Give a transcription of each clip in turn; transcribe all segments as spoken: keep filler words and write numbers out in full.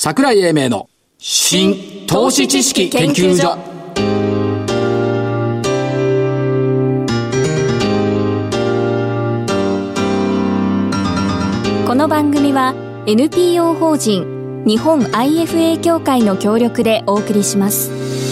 桜井英明の新投資知識研究所。 この番組は エヌピーオー 法人日本 アイエフエー 協会の協力でお送りします。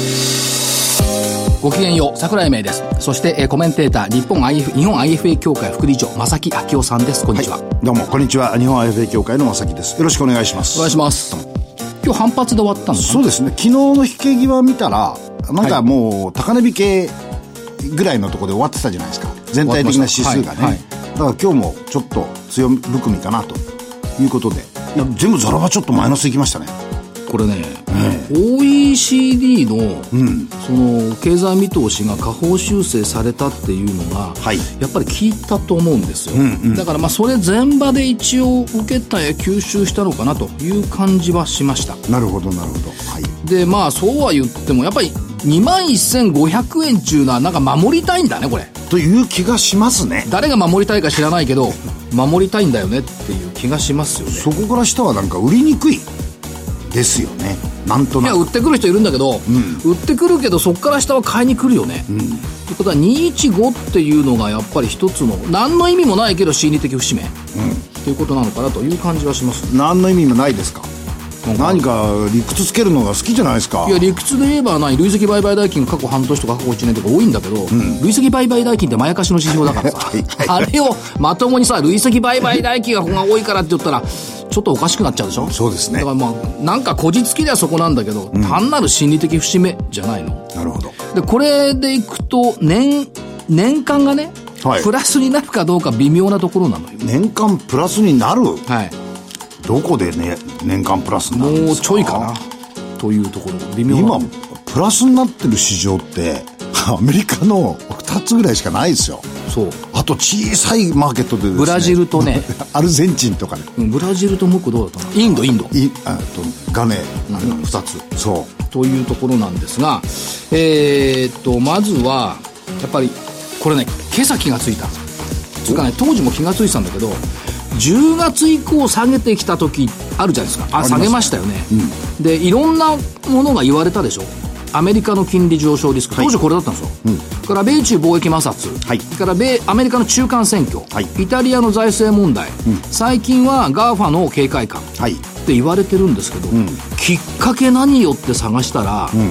ごきげんよう、桜井英明です。そして、えー、コメンテーター日本 アイエフ、日本 アイエフエー 協会副理事長正木昭夫さんです。こんにちは、はい、 どうもこんにちは。日本 アイエフエー 協会の正木です。よろしくお願いします。 お願いします。今日反発で終わったんですか？ そうですね。昨日の引け際見たらなんかもう高値引けぐらいのところで終わってたじゃないですか、全体的な指数がね、はいはい、だから今日もちょっと強含みかなということで、いや全部ザラバちょっとマイナスいきましたね。 これね、うん、オーイーシーディー の、うん、その経済見通しが下方修正されたっていうのが、はい、やっぱり効いたと思うんですよ、うんうん、だからまあそれ全場で一応受けたや吸収したのかなという感じはしました。 なるほどなるほど、はい、でまあそうは言ってもやっぱりにまんせんごひゃくえんっていうのはなんか守りたいんだねこれという気がしますね。 誰が守りたいか知らないけど守りたいんだよねっていう気がしますよね。 そこから下はなんか売りにくいですよね。なんとなくいや売ってくる人いるんだけど、うん、売ってくるけどそこから下は買いに来るよね、うん、ということはにひゃくじゅうごっていうのがやっぱり一つの何の意味もないけど心理的節目、うん、ということなのかなという感じはします。 何の意味もないですか？何か理屈つけるのが好きじゃないですか。 いや理屈で言えば何累積売買代金が過去半年とか過去いちねんとか多いんだけど、うん、累積売買代金ってまやかしの指標だからさはいあれをまともにさ累積売買代金が多いからって言ったらちょっとおかしくなっちゃうでしょ。 そうですね。 だからまあなんかこじつきではそこなんだけど、うん、単なる心理的節目じゃないの。 なるほど。 でこれでいくと年年間がね、はい、プラスになるかどうか微妙なところなのよ。 年間プラスになる、 はい、どこでね年間プラスになるんですか？ もうちょいかなというところ微妙な。 今プラスになってる市場ってアメリカのふたつぐらいしかないですよ。 そう。 あと小さいマーケットでですね、 ブラジルとねアルゼンチンとかね、 ブラジルともう一個どうだったの？インドインドいあとガネ、 うん、ふたつそうというところなんですが、えー、っとまずはやっぱりこれね今朝気がついたつうかね当時も気がついてたんだけどじゅうがつ以降下げてきた時あるじゃないですか。あ、下げましたよね、うん、でいろんなものが言われたでしょ。アメリカの金利上昇リスク、当時これだったんですよ、はい、うん、から米中貿易摩擦、はい、から米アメリカの中間選挙、はい、イタリアの財政問題、うん、最近はガーファの警戒感、はい、って言われてるんですけど、うん、きっかけ何よって探したら、うん、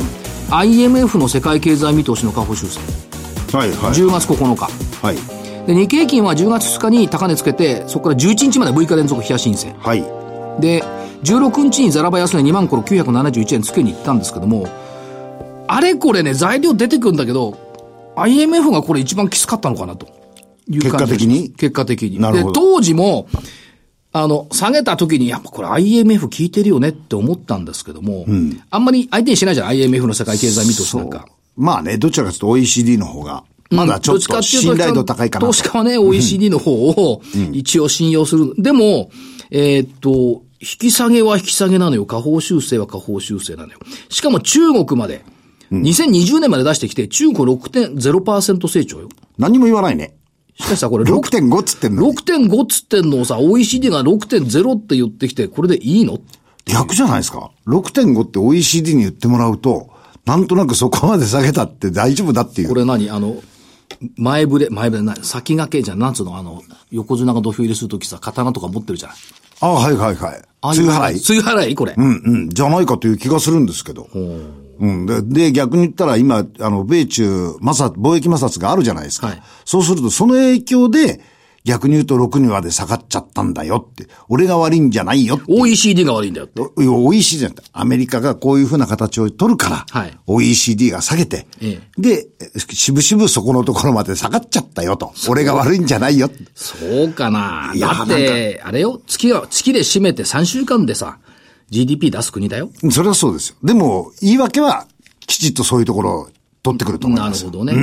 アイエムエフ の世界経済見通しの下方修正、はいはい、じゅうがつここのか、はい、で日経平均はじゅうがつつつかに高値つけてそこからじゅういちにちまでむいか連続冷や申請、はい、でじゅうろくにちにザラバ安値にまんきゅうひゃくななじゅういちえんつけに行ったんですけども、あれこれね材料出てくるんだけど アイエムエフ がこれ一番きつかったのかなという感じ。 結果的に結果的になるほど。 で当時もあの下げた時にやっぱこれ アイエムエフ 効いてるよねって思ったんですけども、うん、あんまり相手にしないじゃん アイエムエフ の世界経済見通しなんか。 まあねどちらかというと オーイーシーディー の方がまだちょっと信頼度高いかなと。 投資家はね オーイーシーディー の方を一応信用する、うん、でもえー、っと引き下げは引き下げなのよ、下方修正は下方修正なのよ。しかも中国までにせんにじゅうねんまで出してきて中国 ろくてんゼロパーセント 成長よ。 何も言わないね。 しかしさこれろくてんご っつってんのろくてんご っつってんのをさ オーイーシーディー が ろくてんゼロ って言ってきてこれでいいの？ 逆じゃないですか。 ろくてんご って オーイーシーディー に言ってもらうとなんとなくそこまで下げたって大丈夫だっていう。 これ何あの前触れ前触れない先駆けじゃんなんつうのあの横綱が土俵入れするときさ刀とか持ってるじゃん。 ああはいはいはい。 梅雨払い梅雨払いこれ。 うんうんじゃないかという気がするんですけど。うん、で, で逆に言ったら今あの米中摩擦貿易摩擦があるじゃないですか、はい、そうするとその影響で逆に言うとろくにまで下がっちゃったんだよって俺が悪いんじゃないよってオーイーシーディー が悪いんだよってオーイーシーディー じゃなくてアメリカがこういうふうな形を取るから、はい、オーイーシーディー が下げて、ええ、でしぶしぶそこのところまで下がっちゃったよと俺が悪いんじゃないよ。 そうかな。だってあれよ月が月で締めてさんしゅうかんでさジーディーピー 出す国だよ。 それはそうですよ。でも言い訳はきちっとそういうところを取ってくると思います。 なるほどね、うん、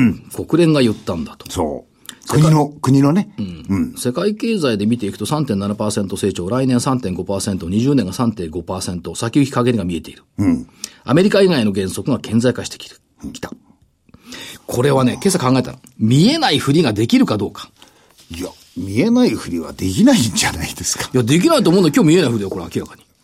国連が言ったんだと。 そう国の国のね、 うんうん、世界経済で見ていくと さんてんななパーセント 成長来年 さんてんごパーセント にじゅうねんが さんてんごパーセント 先行き陰りが見えている、うん、アメリカ以外の原則が顕在化してきる、うん、きた。これはね今朝考えたの見えないふりができるかどうか。 いや見えないふりはできないんじゃないですか。 いやできないと思うんだ。今日見えないふりだよこれ明らかに。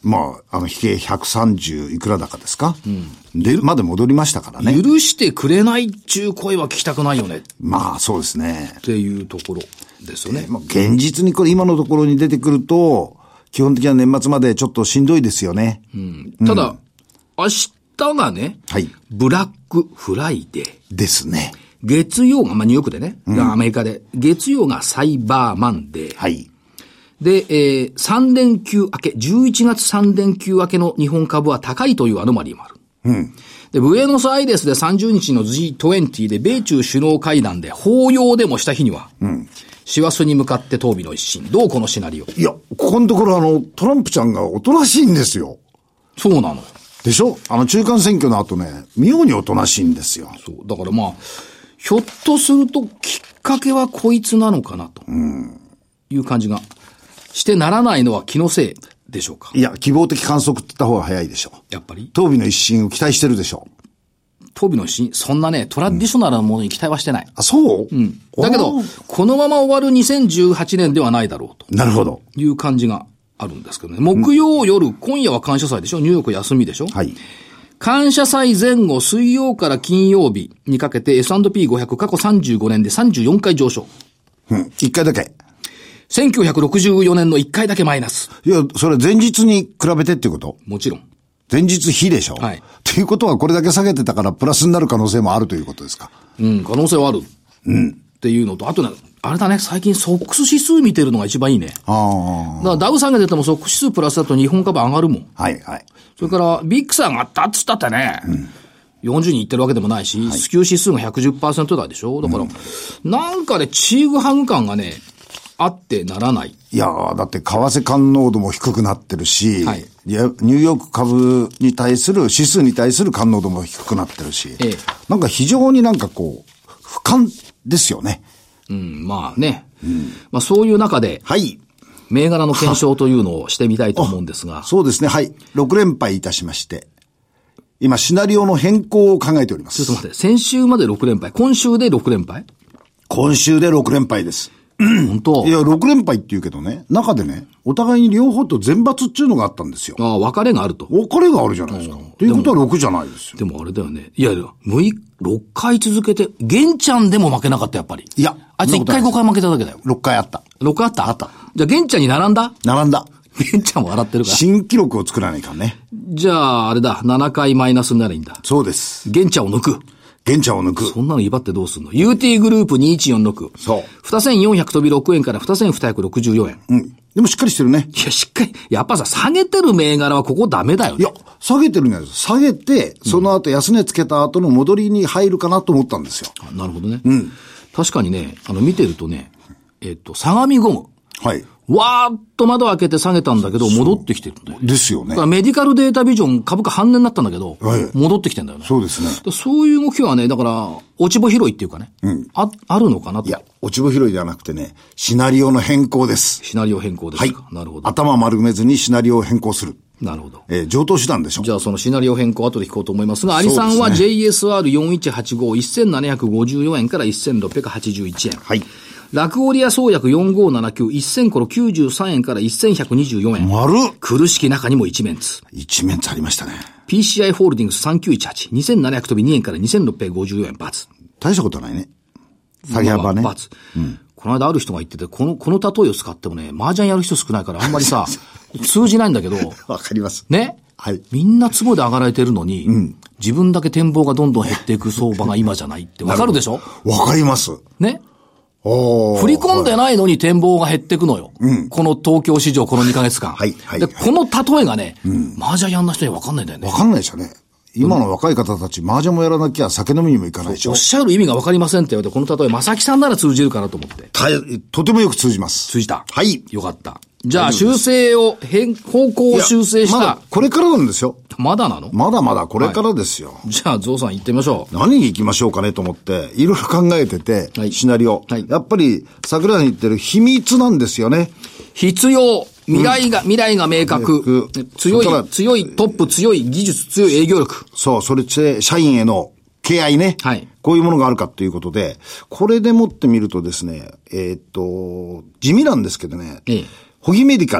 まあ、あの、比計ひゃくさんじゅういくら高ですか、うん、で、まで戻りましたからね。 許してくれないっちゅう声は聞きたくないよね。 まあ、そうですね。 っていうところですよね。 えー、まあ、現実にこれ今のところに出てくると、基本的な年末までちょっとしんどいですよね。 うん、ただ、うん、明日がね、はい、ブラックフライデー。 ですね。 月曜が、まあ、ニューヨークでね、うん、アメリカで、月曜がサイバーマンデー。 はい。 で、えー、さん連休明け、じゅういちがつさん連休明けの日本株は高いというアノマリーもある。 うん。 で、ブエノスアイレスでさんじゅうにちの ジーにじゅう で米中首脳会談で法要でもした日には、うん。師走に向かって討議の一心。どうこのシナリオ。 いや、ここのところあの、トランプちゃんがおとなしいんですよ。 そうなの。 でしょ？あの、中間選挙の後ね、妙におとなしいんですよ。 そう。だからまあ、ひょっとするときっかけはこいつなのかなと。うん。いう感じが。してならないのは気のせいでしょうか。 いや、希望的観測って言った方が早いでしょう。 やっぱり討議の一新を期待してるでしょう。討議の一新そんなね、トラディショナルなものに期待はしてない。 うん、あ、そううん。だけど、このまま終わるにせんじゅうはちねんではないだろうと。 なるほど。 いう感じがあるんですけどね。木曜夜、うん、今夜は感謝祭でしょ、ニューヨーク休みでしょ。 はい。 感謝祭前後、水曜から金曜日にかけて エスアンドピーごひゃく 過去さんじゅうごねんでさんじゅうよんかい上昇。 うん。いっかいだけ。 せんきゅうひゃくろくじゅうよねんのいっかいだけマイナス。 いや、それ前日に比べてっていうこと？ もちろん。 前日比でしょ？ はい。 ということはこれだけ下げてたからプラスになる可能性もあるということですか？ うん、可能性はある。うん。っていうのと、あとね、あれだね、最近ソックス指数見てるのが一番いいね。 ああ。 だからダウ下げててもソックス指数プラスだと日本株上がるもん。 はいはい。 それからビックス上がったっつったってね、うん、よんじゅうにいってるわけでもないし、はい、スキュー指数が ひゃくじゅっパーセント 台でしょ。だから、うん、なんかね、チーグハグ感がね、あってならない。 いやー、だって為替感濃度も低くなってるし、はい、いやニューヨーク株に対する、指数に対する感濃度も低くなってるし、ええ、なんか非常になんかこう、俯瞰ですよね。 うん、まあね。うん、まあそういう中で、 はい。 銘柄の検証というのをしてみたいと思うんですが。 そうですね、はい。ろく連敗いたしまして、今シナリオの変更を考えております。 ちょっと待って、先週までろく連敗、今週でろく連敗？ 今週でろく連敗です。 本当？ いや、ろく連敗って言うけどね、中でね、お互いに両方と全罰っていうのがあったんですよ。 ああ、別れがあると。 別れがあるじゃないですか。っていうことはろくじゃないですよ。 でもあれだよね。いやいや、むい、ろっかい続けて、玄ちゃんでも負けなかった、やっぱり。 いや。 あいついっかいごかい負けただけだよ。 ろっかいあった。 ろっかいあった？ あった。 じゃあ玄ちゃんに並んだ？ 並んだ。 玄ちゃんも笑ってるから。 新記録を作らないからね。 じゃあ、あれだ、ななかいマイナスになるんだ。 そうです。 玄ちゃんを抜く。 玄ちゃんを抜く。 そんなの威張ってどうすんの？ ユーティー グループにいちよんろく。 そう。 にせんよんひゃく飛びろくえんからにせんにひゃくろくじゅうよえん。 うん。でもしっかりしてるね。 いや、しっかり。やっぱさ、下げてる銘柄はここダメだよね。 いや、下げてるんです。下げて、その後安値つけた後の戻りに入るかなと思ったんですよ。 うん、なるほどね。 うん。 確かにね、あの、見てるとね、えっと、相模ゴム。 はい。 わーっと窓開けて下げたんだけど、戻ってきてるんだよ。 ですよね。 だからメディカルデータビジョン株価半値になったんだけど、はい、戻ってきてんだよね。 そうですね。 そういう動きはね、だから、落ち穂拾いっていうかね、うん、あ、あるのかなと。 いや、落ち穂拾いではなくてね、シナリオの変更です。 シナリオ変更ですか。はい。なるほど。 頭丸めずにシナリオを変更する。 なるほど。 えー、上等手段でしょ。 じゃあそのシナリオ変更後で聞こうと思いますが、アリさんは ジェイエスアールよんいちはちご、せんななひゃくごじゅうよえんからせんろっぴゃくはちじゅういちえん。 はい。 ラクオリア創薬よんごーななきゅう、せんコロきゅうじゅうさんえんからせんひゃくにじゅうよえん。 丸苦しき中にも一面つ。 一面つありましたね。 ピーシーアイ ホールディングスさんきゅういちはち、にせんななひゃく飛びにえんからにせんろっぴゃくごじゅうよえん、×。 大したことないね。下げ幅ね。 ×。うん。この間ある人が言ってて、この、この例えを使ってもね、麻雀やる人少ないからあんまりさ、通じないんだけど。 わかります。 ね。 はい。 みんなツボで上がられてるのに、うん、自分だけ展望がどんどん減っていく相場が今じゃないってわかるでしょ？ わかります。 ね。振り込んでないのに展望が減っていくのよ。うん、この東京市場このにかげつかん。 はい、はい。 で、この例えがね、うん、麻雀やんな人にはわかんないんだよね。 わかんないですよね。今の若い方たち、麻雀もやらなきゃ酒飲みにも行かないでしょ。 おっしゃる意味がわかりませんって言われて、この例え、正木さんなら通じるかなと思って。 た、とてもよく通じます。 通じた。 はい。 よかった。じゃあ、修正を、変、方向を修正した。 まだ、これからなんですよ。 まだなの？ まだまだこれからですよ。 はい、じゃあ、ゾウさん行ってみましょう。 何に行きましょうかねと思って、いろいろ考えてて、はい、シナリオ。はい、やっぱり、桜井に言ってる秘密なんですよね。 必要。未来が、うん、未来が明確。強い、強いトップ、強い技術、強い営業力。 そう、それって社員への敬愛ね。はい。こういうものがあるかということで、これでもってみるとですね、えー、っと、地味なんですけどね、ええ、ホギメディカル。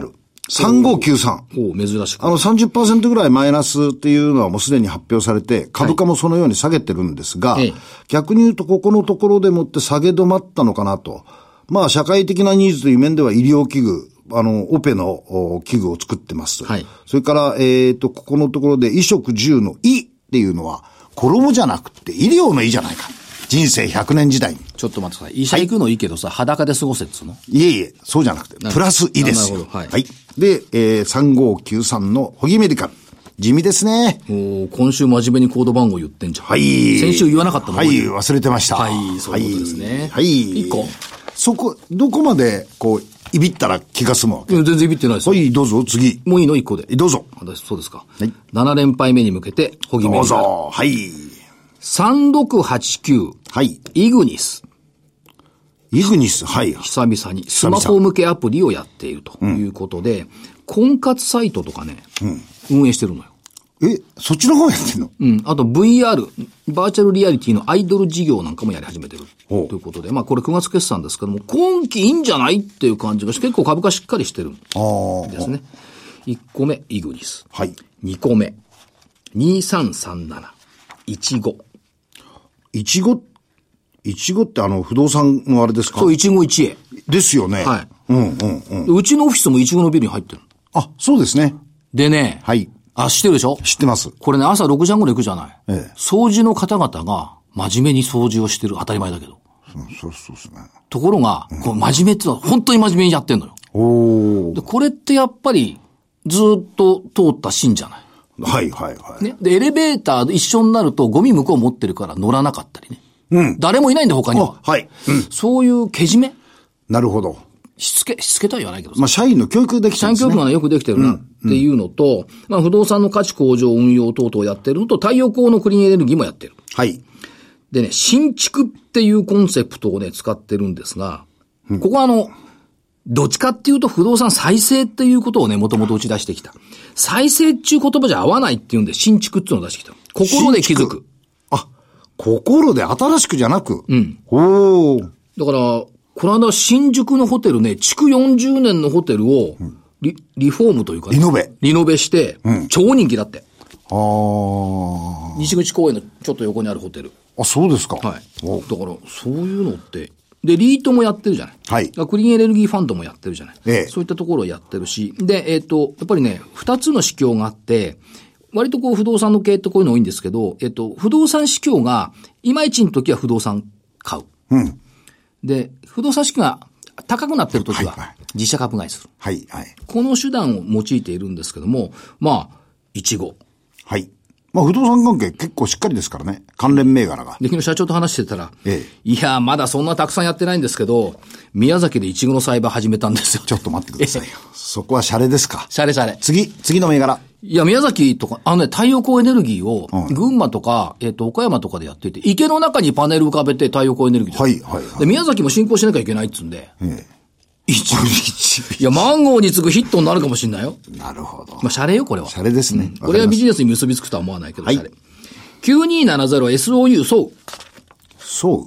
さんごきゅうさん。 おう、珍しく。 あの さんじゅっパーセント ぐらいマイナスっていうのはもうすでに発表されて、株価もそのように下げてるんですが、はい、逆に言うとここのところでもって下げ止まったのかなと。まあ社会的なニーズという面では医療器具、あの、オペの器具を作ってます。はい。それから、えっと、ここのところで衣食住の医っていうのは、衣じゃなくて医療の医じゃないか。人生ひゃくねん時代に。 ちょっと待ってください。医者行くのいいけどさ、はい、裸で過ごせっつうの？ いえいえ、そうじゃなくて、プラス医ですよ。なるほど。はい。はい。で、えー、さんごきゅうさんのホギメディカル。地味ですね。 お今週真面目にコード番号言ってんじゃん。はい。先週言わなかったの？ はい、忘れてました。 はい、そういうことですね。 はい。いっこ。そこ、どこまで、こう、いびったら気が済むわけ？ 全然いびってないですよ。 はい、どうぞ、次。 もういいの？いっこで。 どうぞ。 そうですか。 はい。 なな連敗目に向けて、ホギメディカル。 どうぞ。はい。 さんろくはちきゅう。 はい。 イグニス。 イグニス、はい。 久々にスマホ向けアプリをやっているということで、うん、婚活サイトとかね、うん、運営してるのよ。 え、そっちの方やってんの？ うん。あと ブイアール、バーチャルリアリティのアイドル事業なんかもやり始めてる。ということで、まあこれくがつ決算ですけども、今期いいんじゃないっていう感じがして、結構株価しっかりしてるんですね。いっこめ、イグニス。 はい。 にこめ、にさんさんなな、いちご。 いちご、いちごってあの不動産のあれですか？ そう、いちごいちえ。 ですよね。 はい。 うんうんうん。 うちのオフィスもいちごのビルに入ってる。 あ、そうですね。 でね。 はい。 あ、知ってるでしょ？ 知ってます。 これね、朝ろくじはんぐらい行くじゃない。 ええ。 掃除の方々が真面目に掃除をしてる。当たり前だけど。 そうそうそうですね。 ところが、うん、こう真面目ってのは本当に真面目にやってんのよ。 おー。 で、これってやっぱりずっと通った芯じゃない。 はいはいはい。 ね。で、エレベーターで一緒になるとゴミ向こう持ってるから乗らなかったりね。 うん。 誰もいないんだ他には。 はい。 うん。そういうけじめ。 なるほど。 しつけ、しつけとは言わないけどさ。 まあ、社員の教育できてるんですね。 社員教育が、ね、よくできてるなっていうのと、うんうん、まあ、不動産の価値向上運用等々をやってるのと、太陽光のクリーンエネルギーもやってる。 はい。 でね、新築っていうコンセプトをね、使ってるんですが、うん、ここはあの、どっちかっていうと不動産再生っていうことをね、もともと打ち出してきた。再生っていう言葉じゃ合わないっていうんで、新築っていうのを出してきた。心で気づく。 あ、心で新しくじゃなく。 うん。 おー。 だから、この間新宿のホテルね、築よんじゅうねんのホテルをリ、リフォームというか、ね、 リノベ。 リノベして、うん、超人気だって。 ああ。 西口公園のちょっと横にあるホテル。 あ、そうですか。 はい。だから、そういうのって、で、リートもやってるじゃない。 はい。 クリーンエネルギーファンドもやってるじゃない。 ええ。 そういったところをやってるし、で、えっと、やっぱりね、二つの指標があって、割とこう不動産の系ってこういうの多いんですけど、えっと、不動産指標が、いまいちの時は不動産買う。 うん。 で、不動産指標が高くなってる時は、自社株買いする。 はい、はい。 この手段を用いているんですけども、まあ、いちご。 はい。まあ、不動産関係結構しっかりですからね。関連銘柄が。 で、昨日社長と話してたら、 ええ、 いや、まだそんなたくさんやってないんですけど、宮崎でイチゴの栽培始めたんですよ。 ちょっと待ってくださいよ。そこはシャレですか。 シャレシャレ。 次、次の銘柄。 いや、宮崎とか、あのね、太陽光エネルギーを、群馬とか、えっと、岡山とかでやっていて、池の中にパネル浮かべて太陽光エネルギーで。 はい、はい、はい。 で、宮崎も進行しなきゃいけないっつうんで、 ええ。 一いや、マンゴーに次ぐヒットになるかもしれないよ。 なるほど。 まあ、シャレよ、これは。 シャレですね。 うん、これはビジネスに結びつくとは思わないけど、はい、シャレ。きゅうにーななゼロエスオーユー そう。 そう。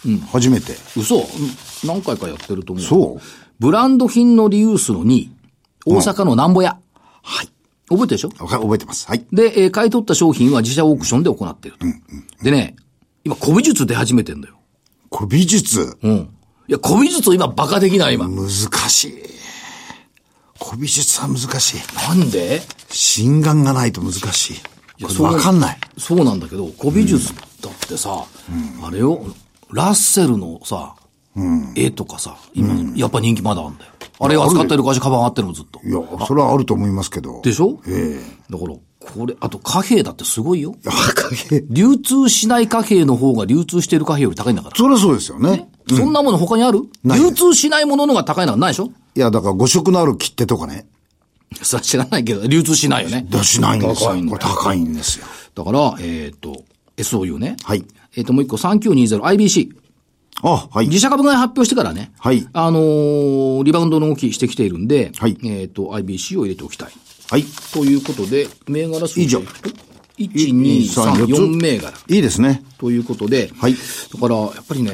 うん。初めて。 嘘、うん、何回かやってると思う。 そう。 ブランド品のリユースのにい、大阪のなんぼ屋。 はい。 覚えてるでしょ？ 覚えてます。はい。 で、えー、買い取った商品は自社オークションで行っていると。うんうんうん、でね、今古美術出始めてんだよ。 古美術？ うん。いや、古美術今バカできない今。 難しい。古美術は難しい。 なんで？ 心眼がないと難しい。いや、それわかんない。 そうなんだけど、古美術だってさ、うん、あれよ、ラッセルのさ、うん、絵とかさ、今、うん、やっぱ人気まだあるんだよ。あれ扱ってる会社カバンあってるのずっと。 いや、それはあると思いますけど。 でしょ？ ええ。だから、これ、あと貨幣だってすごいよ。 いや、貨幣。 流通しない貨幣の方が流通している貨幣より高いんだから。 そりゃそうですよね。 ね、うん、そんなもの他にある？流通しないもののが高いのはないでしょ？ いや、だから誤色のある切手とかね。 それは知らないけど、流通しないよね。 しないんですよ。これ高いんですよ。 だから、えっ、ー、と、エスオーユー ね。 はい。 えっ、ー、と、もう一個、さんきゅうにゼロアイビーシー。 あ、はい。 自社株買い発表してからね。 はい。 あのー、リバウンドの動きしてきているんで、 はい。 えっ、ー、と、アイビーシー を入れておきたい。 はい。 ということで、銘柄数以上。 いち、に、さん、よん銘柄。 いいですね。 ということで、 はい。 だから、やっぱりね、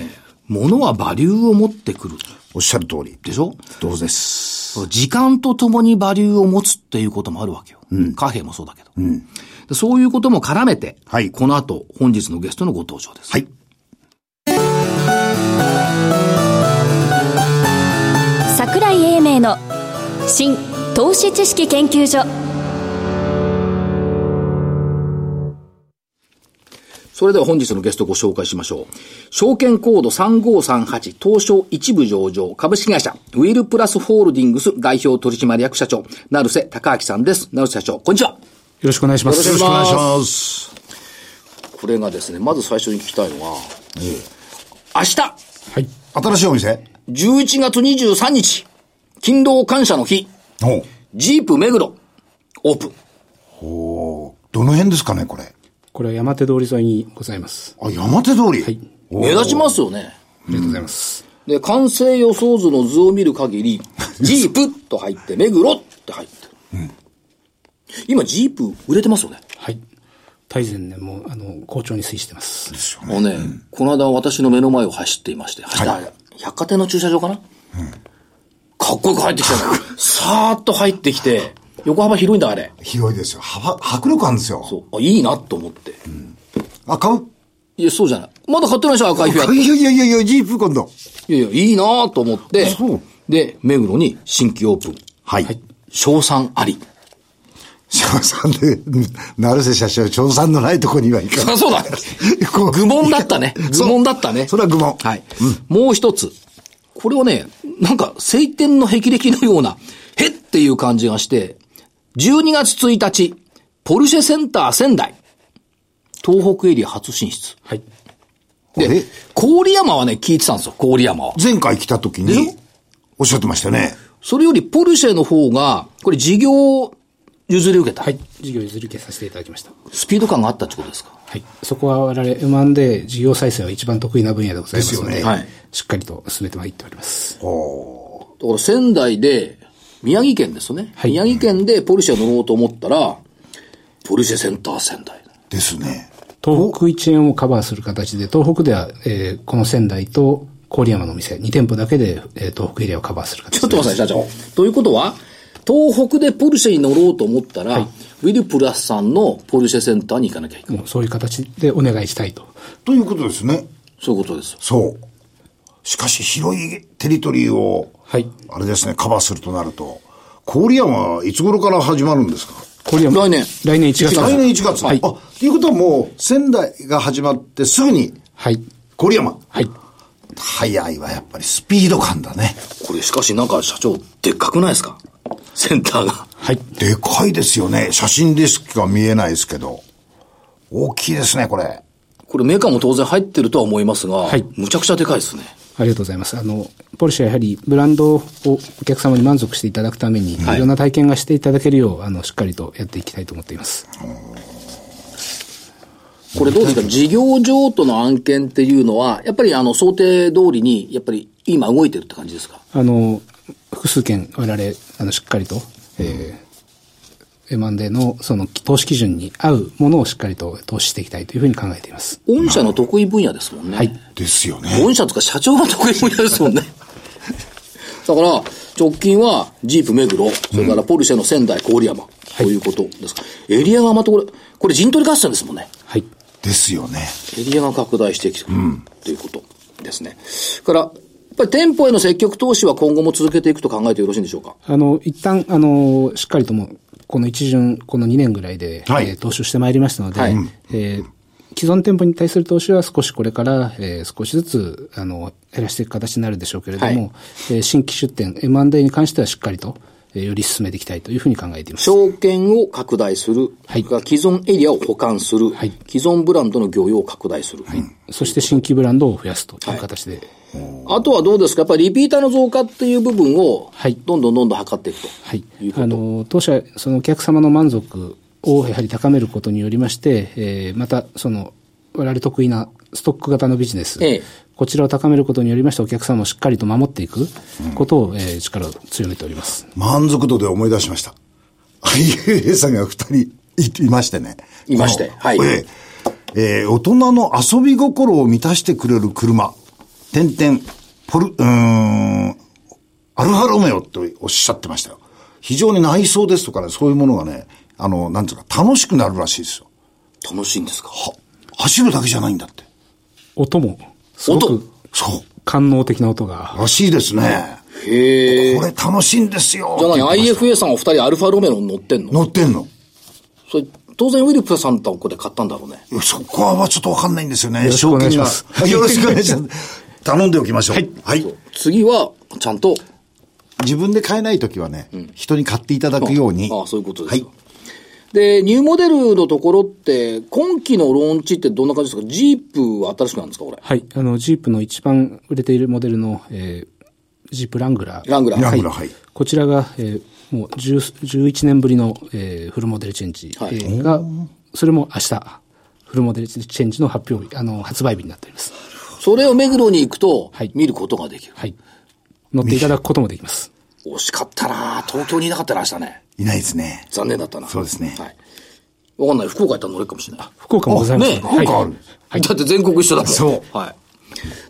物はバリューを持ってくる。 おっしゃる通り。 でしょ？ どうです。 時間とともにバリューを持つっていうこともあるわけよ。うん、貨幣もそうだけど、うん。そういうことも絡めて、はい、この後、本日のゲストのご登場です。 はい。 桜井英明の新投資知識研究所。 それでは本日のゲストをご紹介しましょう。証券コードさんごさんはち東証一部上場株式会社ウィルプラスホールディングス代表取締役社長成瀬孝明さんです。成瀬社長、こんにちは。よろしくお願いします。 よろしくお願いします。 これがですね、まず最初に聞きたいのは、ええ、明日、はい、 新しいお店じゅういちがつにじゅうさんにち勤労感謝の日、ジープ目黒オープン。 ほう、どの辺ですかねこれ。 これは山手通り沿いにございます。 あ、山手通り、 はい、 目立ちますよね。 ありがとうございます。 で、完成予想図の図を見る限りジープと入って目黒って入ってる、うん、今ジープ売れてますよね。 はい、大前年もあの好調に推移してます。 ですよね。もうね、うん、この間私の目の前を走っていまして、はい、百貨店の駐車場かな、うん、かっこよく入ってきたのさーっと入ってきて、横幅広いんだあれ。 広いですよ。幅、迫力あるんですよ。 そう。あ、いいなと思って。うん、 あ、買う？ いや、そうじゃない。まだ買ってないでしょ、赤いフィアット。 いやいやいやいや、ジープ今度。 いやいや、いいなと思って。そう。で、目黒に新規オープン。 はい。 賞賛あり。 賞賛で、成瀬社長、賞賛のないとこにはいかない。 そうだ。愚問だったね。愚問だったね。 それは愚問。 はい。うん、もう一つ。これはね、なんか、晴天の霹靂のような、へっていう感じがして、じゅうにがつついたち、ポルシェセンター仙台、東北エリア初進出。 はい。 で、郡山はね、聞いてたんですよ、郡山は。 前回来た時に、おっしゃってましたね。 それよりポルシェの方が、これ事業を譲り受けた。 はい。事業譲り受けさせていただきました。 スピード感があったってことですか？ はい。そこは我々 エムアンドエー 事業再生は一番得意な分野でございますので、ですよね。はい。しっかりと進めてまいっております。 おー。だから仙台で、宮城県ですね、はい。宮城県でポルシェ乗ろうと思ったら、ポルシェセンター仙台。 ですね。 東北一円をカバーする形で、東北では、えー、この仙台と郡山のお店、に店舗だけで、えー、東北エリアをカバーする形で。 ちょっと待ってください、社長。ということは、東北でポルシェに乗ろうと思ったら、はい、ウィルプラスさんのポルシェセンターに行かなきゃいけない。 もうそういう形でお願いしたいと。 ということですね。 そういうことです。 そう。しかし広いテリトリーを、はい、あれですね、カバーするとなると、郡山はいつ頃から始まるんですか？ 郡山。来年。 来年いちがつ。 来年いちがつ。はい。あ、ということはもう、仙台が始まってすぐに、 はい。 郡山。 はい。 早いわ、やっぱりスピード感だね。 これしかしなんか社長、でっかくないですか？センターが。 はい。でかいですよね。写真でしか見えないですけど。大きいですね、これ。 これメーカーも当然入ってるとは思いますが、はい。むちゃくちゃでかいですね。 ありがとうございます。あの、ポルシェはやはりブランドをお客様に満足していただくために、はい、いろんな体験がしていただけるよう、あの、しっかりとやっていきたいと思っています。 これどうですか？事業譲渡の案件っていうのは、やっぱりあの、想定通りに、やっぱり今動いてるって感じですか？ あの、複数件我々、あの、しっかりと、えー、エムアンドエー のその投資基準に合うものをしっかりと投資していきたいというふうに考えています。 御社の得意分野ですもんね。 はい。 ですよね。 御社とか社長の得意分野ですもんね。だから、直近はジープ目黒、それからポルシェの仙台、郡山、ということですか。はい、エリアがまたこれ、これ陣取り合戦ですもんね。 はい。 ですよね。 エリアが拡大してきてる、うん、ということですね。から、やっぱり店舗への積極投資は今後も続けていくと考えてよろしいんでしょうか？ あの、一旦、あの、しっかりとも、この一巡、このにねんぐらいで、はい、えー、投資をしてまいりましたので、はい、えー、既存店舗に対する投資は少しこれから、えー、少しずつ、あの、減らしていく形になるでしょうけれども、はい、えー、新規出店、エムアンドエー に関してはしっかりと、えー、より進めていきたいというふうに考えています。 証券を拡大する。はい。既存エリアを補完する。はい。既存ブランドの業用を拡大する。はい。 そして新規ブランドを増やすという形で。 はい、あとはどうですか？やっぱりリピーターの増加っていう部分を、はい。どんどんどんどん測っていくと。 はい。あの、当社、そのお客様の満足をやはり高めることによりまして、えー、また、その、我々得意なストック型のビジネス、ええ、こちらを高めることによりましてお客様をしっかりと守っていくことを、うん、えー、力を強めております。 満足度で思い出しました。アイエーエー さんが二人 い, いましてね。 いまして。はい。 えーえー、大人の遊び心を満たしてくれる車。 点々、ポル、うーん、アルファロメオっておっしゃってましたよ。非常に内装ですとかね、そういうものがね、あの、なんていうか、楽しくなるらしいですよ。 楽しいんですか？ は、走るだけじゃないんだって。 音も、すごく、そう。官能的な音が。 らしいですね。 へえ。 これ楽しいんですよ。 じゃあ何 アイエフエー さんお二人アルファロメロに乗ってんの？ 乗ってんの。 それ、当然ウィルプさんとここで買ったんだろうね。 そこはちょっとわかんないんですよね。 よろしくお願いします。 よろしくお願いします。頼んでおきましょう。はい。はい。 次は、ちゃんと。 自分で買えないときはね、うん、人に買っていただくように。 ああ、そういうことですか。はい。で、ニューモデルのところって、今期のローンチってどんな感じですか？ジープは新しくなんですかこれ？ はい。あの、ジープの一番売れているモデルの、えー、ジープラングラー。 ラングラー。 ラングラー、はい。 こちらが、えー、もうじゅう、じゅういちねんぶりの、えー、フルモデルチェンジ、はい、えー、が、それも明日、フルモデルチェンジの発表日、あの、発売日になっております。 それを目黒に行くと、はい、見ることができる。 はい。乗っていただくこともできます。 惜しかったな東京にいなかったら明日ね。 いないですね。 残念だったな。 そうですね。 はい。わかんない。福岡行ったら乗れるかもしれない。 福岡もございます。 ね、福岡ある。はい。だって全国一緒だもん。 そう。 はい。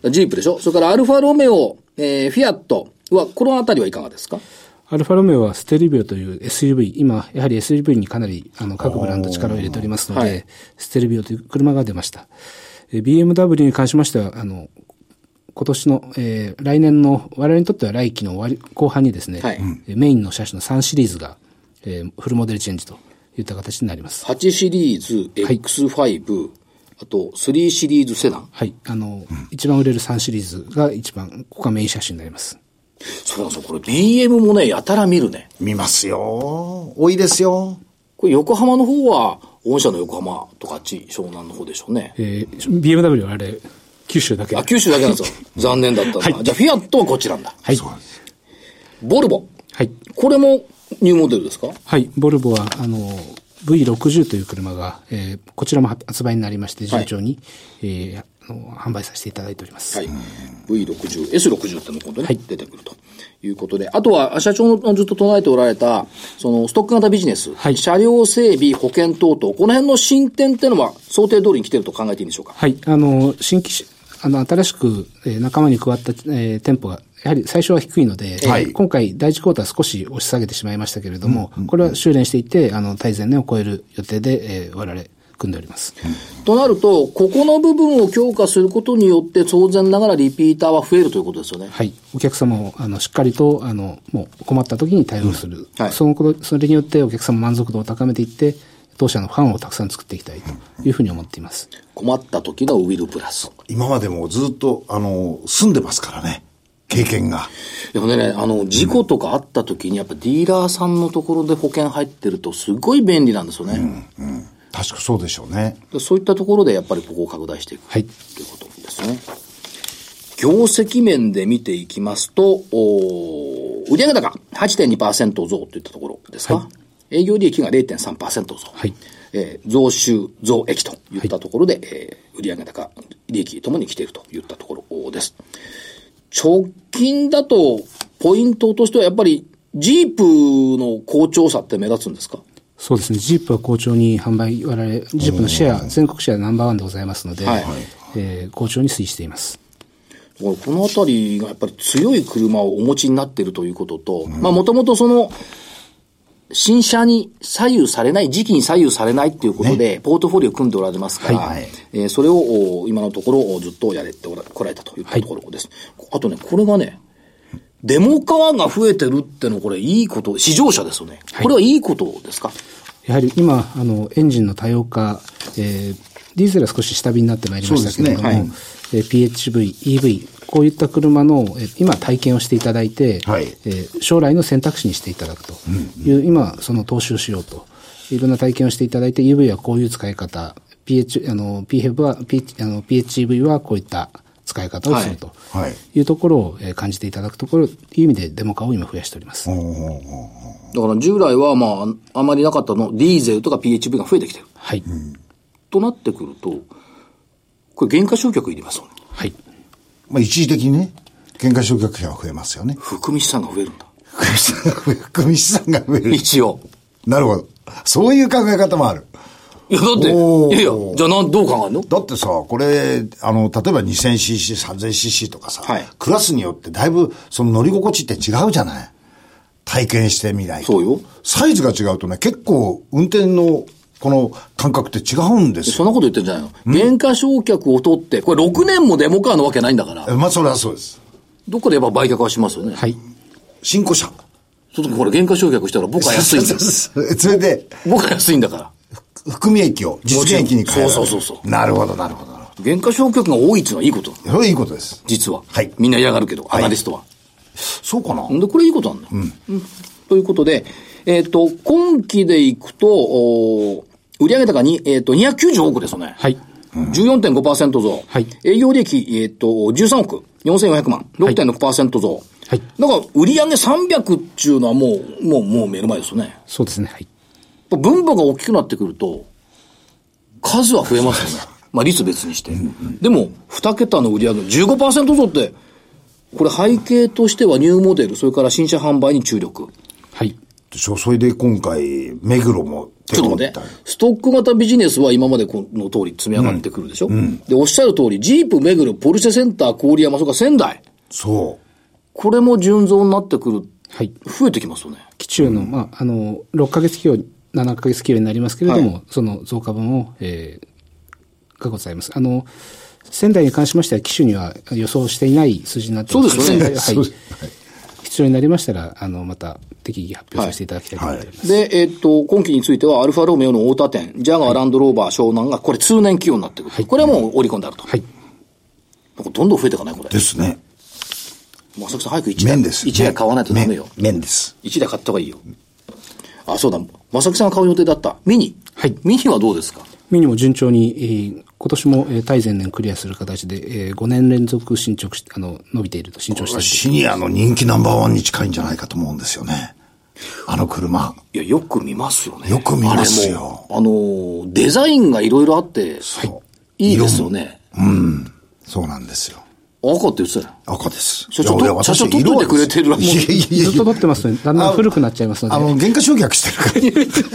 ジープでしょ。それからアルファロメオ、えー、フィアットは、このあたりはいかがですか？ アルファロメオはステルビオという エスユーブイ、今、やはり エスユーブイ にかなり、あの、各ブランド力を入れておりますので、はい、ステルビオという車が出ました。えー、ビーエムダブリュー に関しましては、あの、今年の、えー、来年の、我々にとっては来期の終わり、後半にですね、はい、メインの車種のさんシリーズが、えー、フルモデルチェンジといった形になります。 はちシリーズ、エックスファイブ、はい、あとさんシリーズセダン。 はい。あの、うん、一番売れるさんシリーズが一番、ここがメイン車種になります。 そうなんですよ。これ ビーエム もね、やたら見るね。 見ますよ。多いですよ。 これ横浜の方は、御社の横浜とかあっち、湘南の方でしょうね。 えー、ビーエムダブリュー はあれ、九州だけ。 あ、九州だけなんですよ。残念だったな。はい、じゃあ、フィアットはこっちなんだ。 はい。 ボルボ。 はい。 これもニューモデルですか？ はい。ボルボは、あの、ブイろくじゅう という車が、えー、こちらも発売になりまして、順調に、はい、えー、あの販売させていただいております。 はい。ブイろくじゅう、エスろくじゅう ってのが今度ね、はい、出てくるということで。あとは、社長のずっと唱えておられた、その、ストック型ビジネス、はい、車両整備、保険等々、この辺の進展っていうのは、想定通りに来てると考えていいんでしょうか？ はい。あの、新規、あの、新しく、えー、仲間に加わった、えー、店舗が、やはり最初は低いので、はい、今回第一クォーター少し押し下げてしまいましたけれども、うんうん、これは修練していて、あの、対前年を超える予定で、えー、我々、組んでおります。 うん、となると、ここの部分を強化することによって、当然ながらリピーターは増えるということですよね。 はい。お客様を、あの、しっかりと、あの、もう困った時に対応する。うん、はい。そのこと、それによってお客様満足度を高めていって、当社のファンをたくさん作っていきたいというふうに思っています。 困った時のウィルプラス。 今までもずっと、あの、住んでますからね。経験が。 でもね、あの、事故とかあった時に、やっぱディーラーさんのところで保険入ってると、すごい便利なんですよね。 うん、うん。確かそうでしょうね。 そういったところで、やっぱりここを拡大していく。はい。ということですね。業績面で見ていきますと、お売上高 はちてんにパーセント 増といったところですか。はい、営業利益が れいてんさんパーセント 増。はい。えー、増収、増益といったところで、はい、えー、売上高、利益ともに来ているといったところです。直近だと、ポイントとしてはやっぱり、ジープの好調さって目立つんですか？ そうですね。ジープは好調に販売、我々、ジープのシェア、全国シェアナンバーワンでございますので、はい、えー、好調に推移しています。 このあたりがやっぱり強い車をお持ちになっているということと、うん、まあもともとその、新車に左右されない、時期に左右されないっていうことで、ね、ポートフォリオを組んでおられますから、はい、えー、それを今のところずっとやれてこられたといったところです。はい、あとね、これがね、デモカーが増えてるってのこれいいこと、試乗車ですよね。これはいいことですか？ やはり今、あの、エンジンの多様化、えー、ディーゼルは少し下火になってまいりましたけれども、ね、はい、えー、ピーエイチブイ、イーブイ、こういった車の、えー、今体験をしていただいて、はい、えー、将来の選択肢にしていただくという、うんうん、今、その投資をしようと。いろんな体験をしていただいて、イーブイ はこういう使い方、ピーエイチ、あの、ピーヘブ は、P、あの、ピーエイチイーブイ はこういった使い方をするというところを感じていただくところという意味でデモ化を今増やしております。 だから従来はまああまりなかったのディーゼルとか ピーエイチブイ が増えてきてる。はい。うん、となってくるとこれ減価償却いりますよね。 はい。まあ一時的にね減価償却費が増えますよね。 含み資産が増えるんだ。 含み資産が増える。 一応。 なるほど。そういう考え方もある。 いや、だって、いやいや、じゃあなん、どう考えるの？ だってさ、これ、あの、例えば にせんシーシー、さんぜんシーシー とかさ、はい、クラスによってだいぶ、その乗り心地って違うじゃない？体験してみないと。 そうよ。 サイズが違うとね、結構、運転の、この感覚って違うんですよ。 そんなこと言ってんじゃないの？減価償却を取って、これろくねんもデモカーのわけないんだから。 まあ、それはそうです。 どっかでやっぱ売却はしますよね。 はい。新古車。 その時これ減価償却したら僕は安いんです。 それで。 僕は安いんだから。 含み益を実現益に変える。 そうそうそうそう。 なるほど、なるほど。 減価償却が多いっていうのはいいこと。 それはいいことです。 実は。 はい。 みんな嫌がるけど、アナリストは。 そうかな。 で、これいいことなんだよ。うん。うん、ということで、えっ、ー、と、今期でいくと、お売上高に、えっ、ー、と、にひゃくきゅうじゅうおくですよね。 はい。 じゅうよんてんごパーセント 増。 はい。 営業利益、えっ、ー、と、じゅうさんおくよんせんよんひゃくまん。ろくてんろくパーセント 増。はい。だから、売上さんびゃくっていうのはもう、もう、もう目の前ですよね。 そうですね。はい。 分母が大きくなってくると、数は増えますよね。まあ、率別にして。うんうん、でも、に桁の売上 じゅうごパーセント 増って、これ背景としてはニューモデル、それから新車販売に注力。 はい。 それで今回、目黒もちょっと待って。ストック型ビジネスは今までこの通り積み上がってくるでしょ、うんうん、で、おっしゃる通り、ジープ、目黒、ポルシェセンター、郡山、それから仙台。 そう。 これも純増になってくる。はい。増えてきますよね。 期中の、まあ、あの、ろっかげつ期間、ななかげつ期間になりますけれども、はい、その増加分を、えー、がございます。あの、仙台に関しましては、機種には予想していない数字になっています。 そうですよね。 はい。はい、必要になりましたら、あの、また適宜発表させていただきたいと思っております。 はいはい、で、えー、っと、今期については、アルファロメオの太田店、ジャガーランドローバー湘南が、これ通年企業になってくる。はい、これはもう織り込んであると。はい。どんどん増えていかないこれ。 ですね。 まさきさん早くいちだい。 面です。 いちだい買わないとダメよ。 面です。 いちだい買った方がいいよ。あ、そうだ。まさきさんが買う予定だった。ミニ。はい。ミニはどうですか？ ミニも順調に、えー、今年も、えー、対前年クリアする形で、えー、ごねん連続進捗し、あの、伸びていると、伸長している。 シニアの人気ナンバーワンに近いんじゃないかと思うんですよね。あの車。 いや、よく見ますよね。 よく見ますよ。 あの、デザインがいろいろあって、はい、いいですよね。 うん。そうなんですよ。 赤って言ってたよ。 赤です。 社長、社長取っといてくれてるらしい。 いやいやいやずっと取ってますね。だんだん古くなっちゃいますので。 あの、減価償却してるから。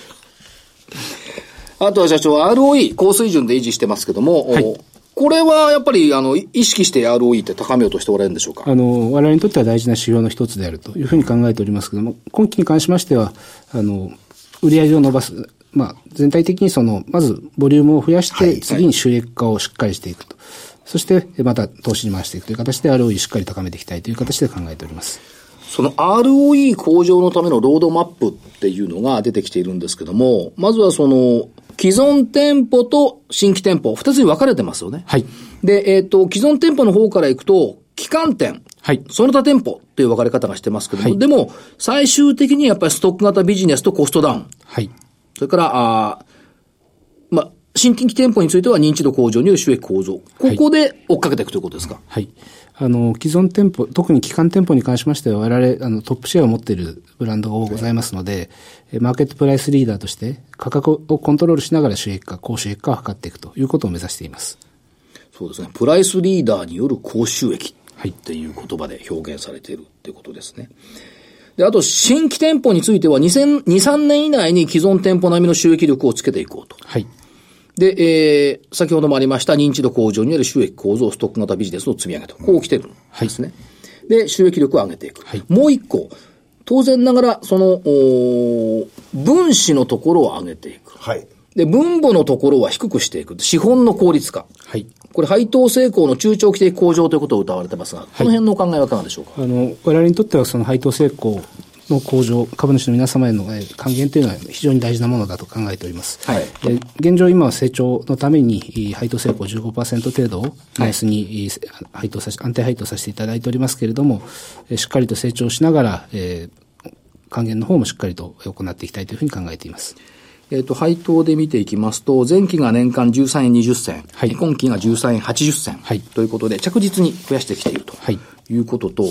あとは社長、アールオーイー、高水準で維持してますけども、はい、これはやっぱり、あの、意識して アールオーイー って高めようとしておられるんでしょうか？ あの、我々にとっては大事な指標の一つであるというふうに考えておりますけども、今期に関しましては、あの、売上を伸ばす。まあ、全体的にその、まず、ボリュームを増やして、はい、次に収益化をしっかりしていくと。そして、また投資に回していくという形で アールオーイー しっかり高めていきたいという形で考えております。 その アールオーイー 向上のためのロードマップっていうのが出てきているんですけども、まずはその、既存店舗と新規店舗、二つに分かれてますよね。はい。で、えっと、既存店舗の方から行くと、旗艦店。はい。その他店舗っていう分かれ方がしてますけども、はい、でも、最終的にやっぱりストック型ビジネスとコストダウン。はい。それから、あまあ、新規店舗については認知度向上による収益向上。ここで追っかけていくということですか？ はい。はいあの、既存店舗、特に旗艦店舗に関しましては、我々、あの、トップシェアを持っているブランドがございますので、はい、マーケットプライスリーダーとして、価格をコントロールしながら収益化、高収益化を図っていくということを目指しています。 そうですね。プライスリーダーによる高収益っていう言葉で表現されているっていうことですね。で、あと、新規店舗については、にせんにじゅうさんねん以内に既存店舗並みの収益力をつけていこうと。はい。で、えー、先ほどもありました認知度向上による収益構造、ストック型ビジネスの積み上げと。こう来てるんですね。はい、で、収益力を上げていく。はい、もう一個、当然ながら、その、分子のところを上げていく。はい。で、分母のところは低くしていく。資本の効率化。はい。これ、配当成功の中長期的向上ということを謳われてますが、はい、この辺のお考えはいかがでしょうか？ あの、我々にとってはその配当成功の向上、株主の皆様への還元というのは非常に大事なものだと考えております。はい、現状今は成長のために配当成功 じゅうごパーセント 程度を目安に配当さし、安定配当させていただいておりますけれども、しっかりと成長しながら、えー、還元の方もしっかりと行っていきたいというふうに考えています。 えっと、配当で見ていきますと、前期が年間じゅうさんえんにじゅっせん、はい、今期がじゅうさんえんはちじゅっせん、はい、ということで着実に増やしてきているということと、はい、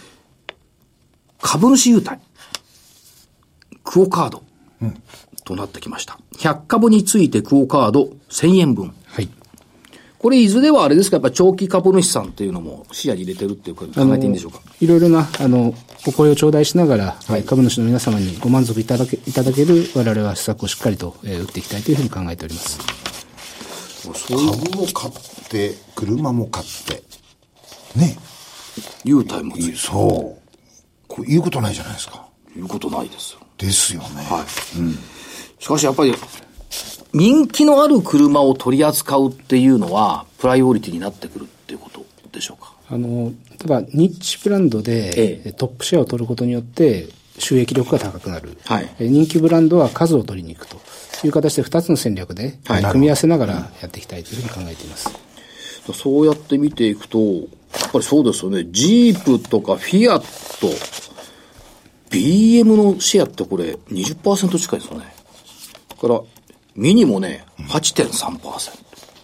株主優待。クオカードとなってきました。ひゃっかぶについてクオカードせんえんぶん。はい。 これいずれはあれですか、やっぱり長期株主さんっていうのも視野に入れてるっていうか考えていいんでしょうか。 いろいろな、あの、お声を頂戴しながら、はい、株主の皆様にご満足いただけ、いただける我々は施策をしっかりと、えー、打っていきたいというふうに考えております。 株も買って、車も買って、ね。 優待もついて。 そう。こう言うことないじゃないですか。 言うことないですよ。 ですよね。 はい。うん。しかしやっぱり、人気のある車を取り扱うっていうのは、プライオリティになってくるっていうことでしょうか。 あの、例えば、ニッチブランドで、ええ、トップシェアを取ることによって、収益力が高くなる。はい。人気ブランドは数を取りに行くという形でふたつの戦略で、はい、組み合わせながらやっていきたいというふうに考えています。 うん、そうやって見ていくと、やっぱりそうですよね。ジープとかフィアット、ビーエム のシェアってこれ にじゅっパーセント 近いですよね。だから、ミニもね、はちてんさんパーセント。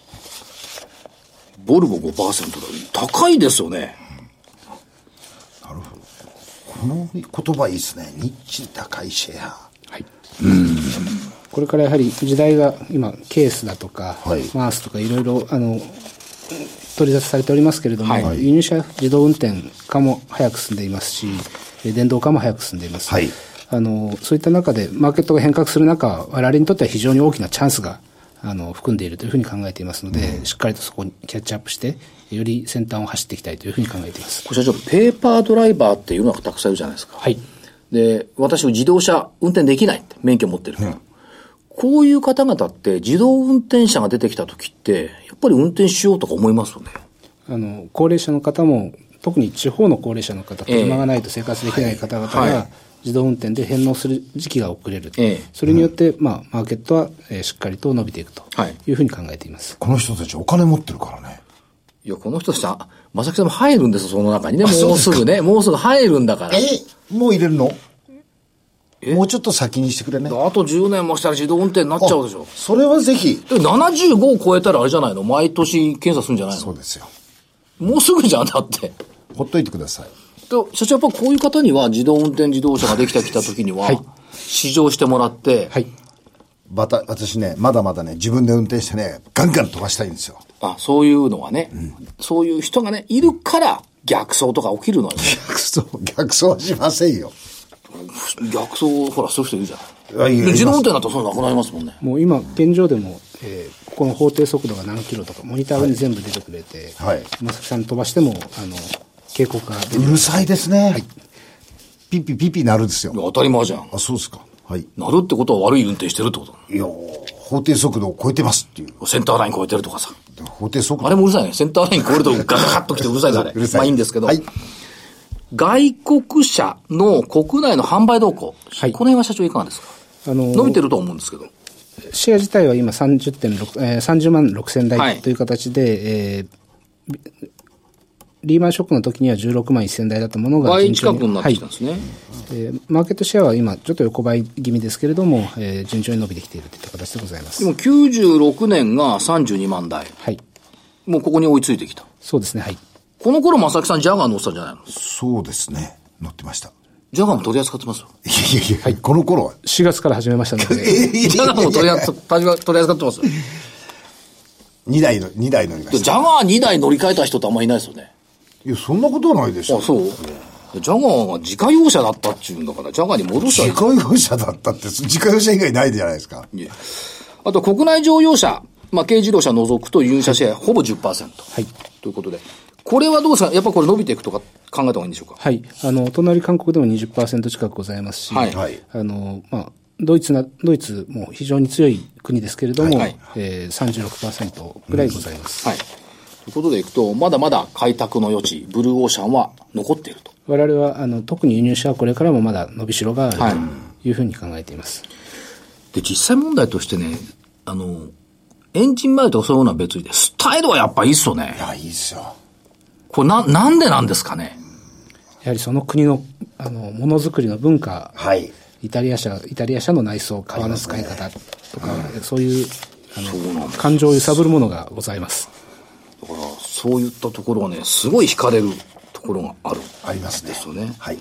ボルボ ごパーセント だ。高いですよね。 うん、なるほど。この言葉いいですね。ニッチ高いシェア。 はい。うん。これからやはり時代が今、ケースだとか、はい、マースとかいろいろ、あの、取り沙汰されておりますけれども、はい、輸入車自動運転化も早く進んでいますし、電動化も早く進んでいます。はい。あの、そういった中で、マーケットが変革する中、我々にとっては非常に大きなチャンスが、あの、含んでいるというふうに考えていますので、うん、しっかりとそこにキャッチアップして、より先端を走っていきたいというふうに考えています。 これ社長、ペーパードライバーっていうのがたくさんいるじゃないですか。はい。で、私も自動車運転できないって免許持ってるから、うん、こういう方々って自動運転車が出てきた時って、やっぱり運転しようとか思いますよね。 あの、高齢者の方も、特に地方の高齢者の方、車がないと生活できない方々が、えーはい、自動運転で返納する時期が遅れる。ええ、それによって、うん、まあ、マーケットは、えー、しっかりと伸びていくというふうに考えています。 この人たちお金持ってるからね。 いや、この人たちは、まさきさんも入るんですよ、その中にね。もうすぐね、もうすぐ入るんだから。 えもう入れるのもうちょっと先にしてくれね。 あとじゅうねんもしたら自動運転になっちゃうでしょ。 それはぜひ。 ななじゅうごを超えたらあれじゃないの？毎年検査するんじゃないの？ そうですよ。 もうすぐじゃん、だって。 ほっといてください。 社長、やっぱこういう方には自動運転自動車ができてきた時には、はい、試乗してもらって、はい、 また私ね、まだまだね、自分で運転してね、ガンガン飛ばしたいんですよ。 あ、そういうのはね、うん、そういう人がね、いるから逆走とか起きるのよ。 逆走、逆走はしませんよ。 逆走、ほら、そういう人いるじゃん。自動運転だとそうなくなりますもんね。 もう今、現状でも、えー、ここの法定速度が何キロとか、モニターに全部出てくれて、はい。まさきさん飛ばしても、あの、警告が出てうるさいですね。はい。ピピピピなるんですよ。 当たり前じゃん。 あ、そうですか。はい。 なるってことは悪い運転してるってこといや、法定速度を超えてますっていう。 センターライン超えてるとかさ。 法定速度あれもうるさいね。センターライン超えるとガガガッと来てうるさいからね。うるさい。まあいいんですけど。はい。外国車の国内の販売動向。はい。この辺は社長いかがですか？あのー、伸びてると思うんですけど。 シェア自体は今 さんじゅってんろく、えー、さんじゅうまんろくせんだいという形で、はい、えー、リーマンショックの時にはじゅうろくまんせんだいだったものが倍近くになってきたんですね。はい、 えー、マーケットシェアは今ちょっと横ばい気味ですけれども、えー、順調に伸びてきているといった形でございます。 でもきゅうじゅうろくねんがさんじゅうにまんだい。はい。もうここに追いついてきた。 そうですね。はい。 この頃正木さんジャガー乗ってたんじゃないの？ そうですね。乗ってました。 ジャガーも取り扱ってますよ。 いやいやいや、はい、この頃は。 しがつから始めましたので。 ジャガーも取り扱ってますよ。 にだいの、にだい乗りました。 ジャガーにだい乗り換えた人ってあんまりいないですよね。 いや、そんなことはないでしょ。 あ、そう、うん、ジャガーが自家用車だったっていうんだから、ジャガーに戻したら。 自家用車だったって、自家用車以外ないじゃないですか。いや。 あと、国内乗用車、まあ、軽自動車除くと輸入車シェア、ほぼ じゅっパーセント。はい。ということで。これはどうですか？やっぱこれ伸びていくとか考えた方がいいんでしょうか？ はい。あの、隣韓国でも にじゅっパーセント 近くございますし、はい。あの、まあ、ドイツな、ドイツも非常に強い国ですけれども、はい、えー、さんじゅうろくパーセント ぐらいございます。うん、はい。 ということでいくと、まだまだ開拓の余地、ブルーオーシャンは残っていると。 我々は、あの、特に輸入車はこれからもまだ伸びしろがあるというふうに考えています。 で、実際問題としてね、あの、エンジン周りとかそういうのは別にで、スタイルはやっぱいいっすよね。 いや、いいっすよ。 これな、なんでなんですかね。 やはりその国の、あの、ものづくりの文化。はい。イタリア車、イタリア車の内装、革の使い方とか、ね、そういう、あの、感情を揺さぶるものがございます。 だから、そういったところはね、すごい惹かれるところがある。 ありますね。 ですよね。 はい。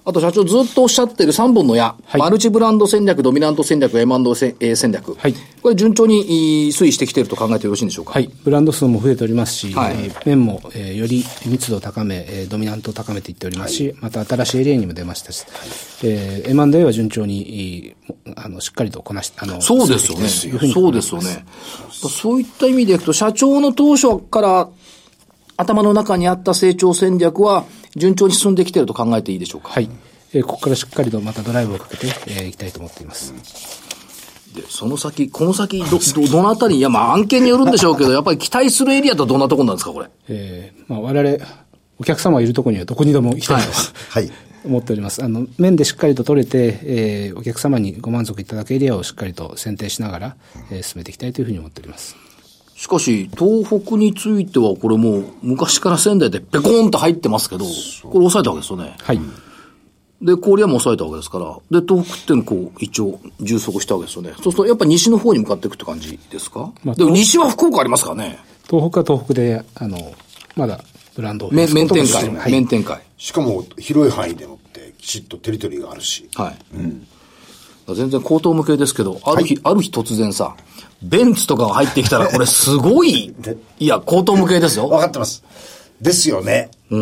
あと社長ずっとおっしゃってるさんぼんの矢、はい、マルチブランド戦略、ドミナント戦略、エムアンドエー 戦略、はい、これ順調に推移してきていると考えてよろしいんでしょうか。 はい、ブランド数も増えておりますし、はい、えー、面も、えー、より密度を高め、えー、ドミナントを高めていっておりますし、はい、また新しいエリアにも出ましたし、はい、えー、エムアンドエー は順調にあのしっかりとこなし、あのそうですよね。そうですよね。そういった意味でいくと社長の当初から頭の中にあった成長戦略は順調に進んできていると考えていいでしょうか。 はい。えー、ここからしっかりとまたドライブをかけて、えー、いきたいと思っています。 で、その先、この先、ど、ど、どのあたりに、いや、まあ案件によるんでしょうけど、やっぱり期待するエリアとどんなところなんですか、これ。 えー、まあ我々、お客様がいるところにはどこにでも行きたいと、はい、思っております。あの、面でしっかりと取れて、えー、お客様にご満足いただけるエリアをしっかりと選定しながら、えー、進めていきたいというふうに思っております。 しかし、東北については、これもう、昔から仙台でペコーンと入ってますけど、これ抑えたわけですよね。はい。で、郡山も抑えたわけですから、で、東北っていうのこう、一応、充足したわけですよね。そうすると、やっぱり西の方に向かっていくって感じですか？まあ、でも西は福岡ありますからね。 東北は東北で、あの、まだ、ブランドを。 面展開、はい。面展開。 しかも、広い範囲でもって、きちっとテリトリーがあるし。はい。うん。 全然口頭向けですけど、ある日、はい、ある日突然さ、ベンツとかが入ってきたら、これすごい、いや、口頭向けですよ。 分かってます。ですよね。 うん。うん。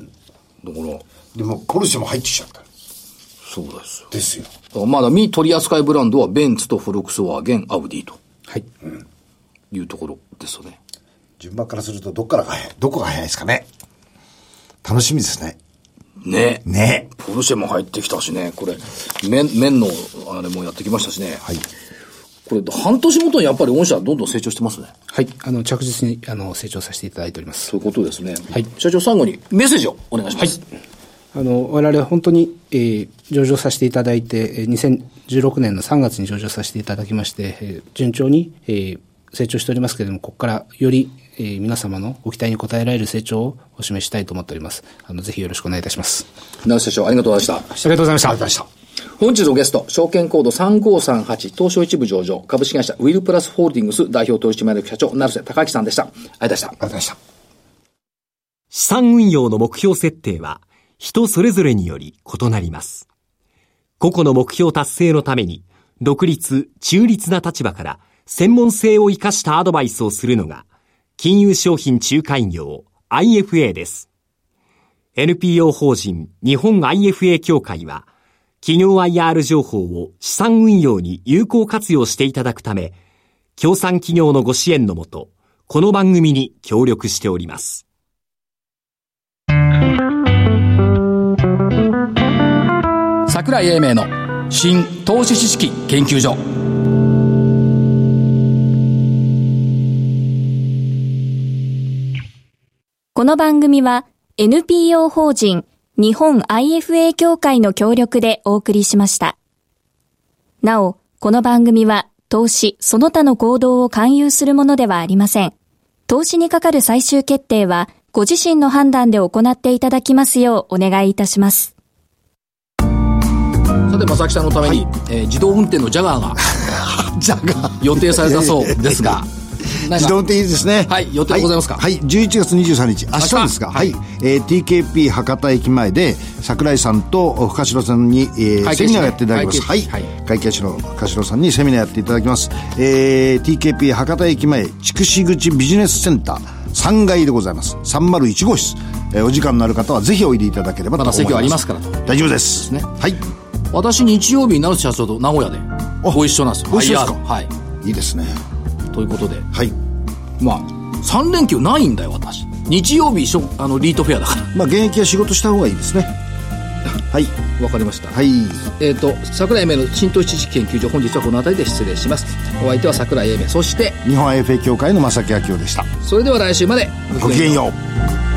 だから。 でも、ポルシェも入ってきちゃった。 そうですよ。 ですよ。 だからまだ未取扱いブランドはベンツとフォルクスワーゲン、アウディと。はい。うん。いうところですよね。 順番からすると、どっからが早い、どこが早いですかね。楽しみですね。 ね。 ね。 ポルシェも入ってきたしね。これ、麺、麺の、あれもやってきましたしね。はい。これ、半年ごとにやっぱり御社どんどん成長してますね。 はい。あの、着実に、あの、成長させていただいております。 そういうことですね。はい。社長、最後にメッセージをお願いします。はい。 あの、我々本当に、えー、上場させていただいて、にせんじゅうろくねんのさんがつに上場させていただきまして、えー、順調に、えー、成長しておりますけれども、ここからより、えー、皆様のご期待に応えられる成長をお示ししたいと思っております。あの、ぜひよろしくお願いいたします。 直瀬社長、ありがとうございました。 ありがとうございました。 ありがとうございました。 本日のゲスト、証券コードさんごさんはち、東証一部上場、株式会社ウィルプラスホールディングス代表取締役社長、成瀬隆明さんでした。ありがとうございました。ありがとうございました。 資産運用の目標設定は、人それぞれにより異なります。個々の目標達成のために、独立、中立な立場から専門性を生かしたアドバイスをするのが、金融商品仲介業 アイエフエー です。エヌピーオー 法人日本 アイエフエー 協会は、企業 アイアール 情報を資産運用に有効活用していただくため、協賛企業のご支援のもと、この番組に協力しております。 櫻井英明の新投資知識研究所。 この番組は エヌピーオー 法人日本 アイエフエー 協会の協力でお送りしました。なお、この番組は投資その他の行動を勧誘するものではありません。投資にかかる最終決定はご自身の判断で行っていただきますようお願いいたします。 さて、正木さんのために、はい、えー、自動運転のジャガーがジャガー予定されたそうですが自動運転いいですね。 はい、予定ございますか？ はい、はい、じゅういちがつにじゅうさんにち、明日ですが、はい、はい、えー、ティーケーピー 博多駅前で櫻井さんと深城さんに、えー、セミナーやっていただきます。はい、会計士の深城さんにセミナーやっていただきます。えー、ティーケーピー 博多駅前筑紫口ビジネスセンターさんがいでございます。さんまるいちごうしつ、えー、お時間のある方はぜひおいでいただければと思います。 まだ席はありますからと。 大丈夫ですね。はい。私日曜日に成瀬社長と名古屋でご一緒なんですよ。 ご一緒ですか？ はい。 いいですね。 ということで、 はい。 まあさん連休ないんだよ私。日曜日あのリートフェアだから。 まあ現役は仕事した方がいいですね。はい。 わかりました。 はい。 えっ、ー、と櫻井英明の新投資知識研究所、本日はこの辺りで失礼します。お相手は櫻井英明、そして日本 アイエフエー 協会の正木明夫でした。 それでは来週までごきげんよう。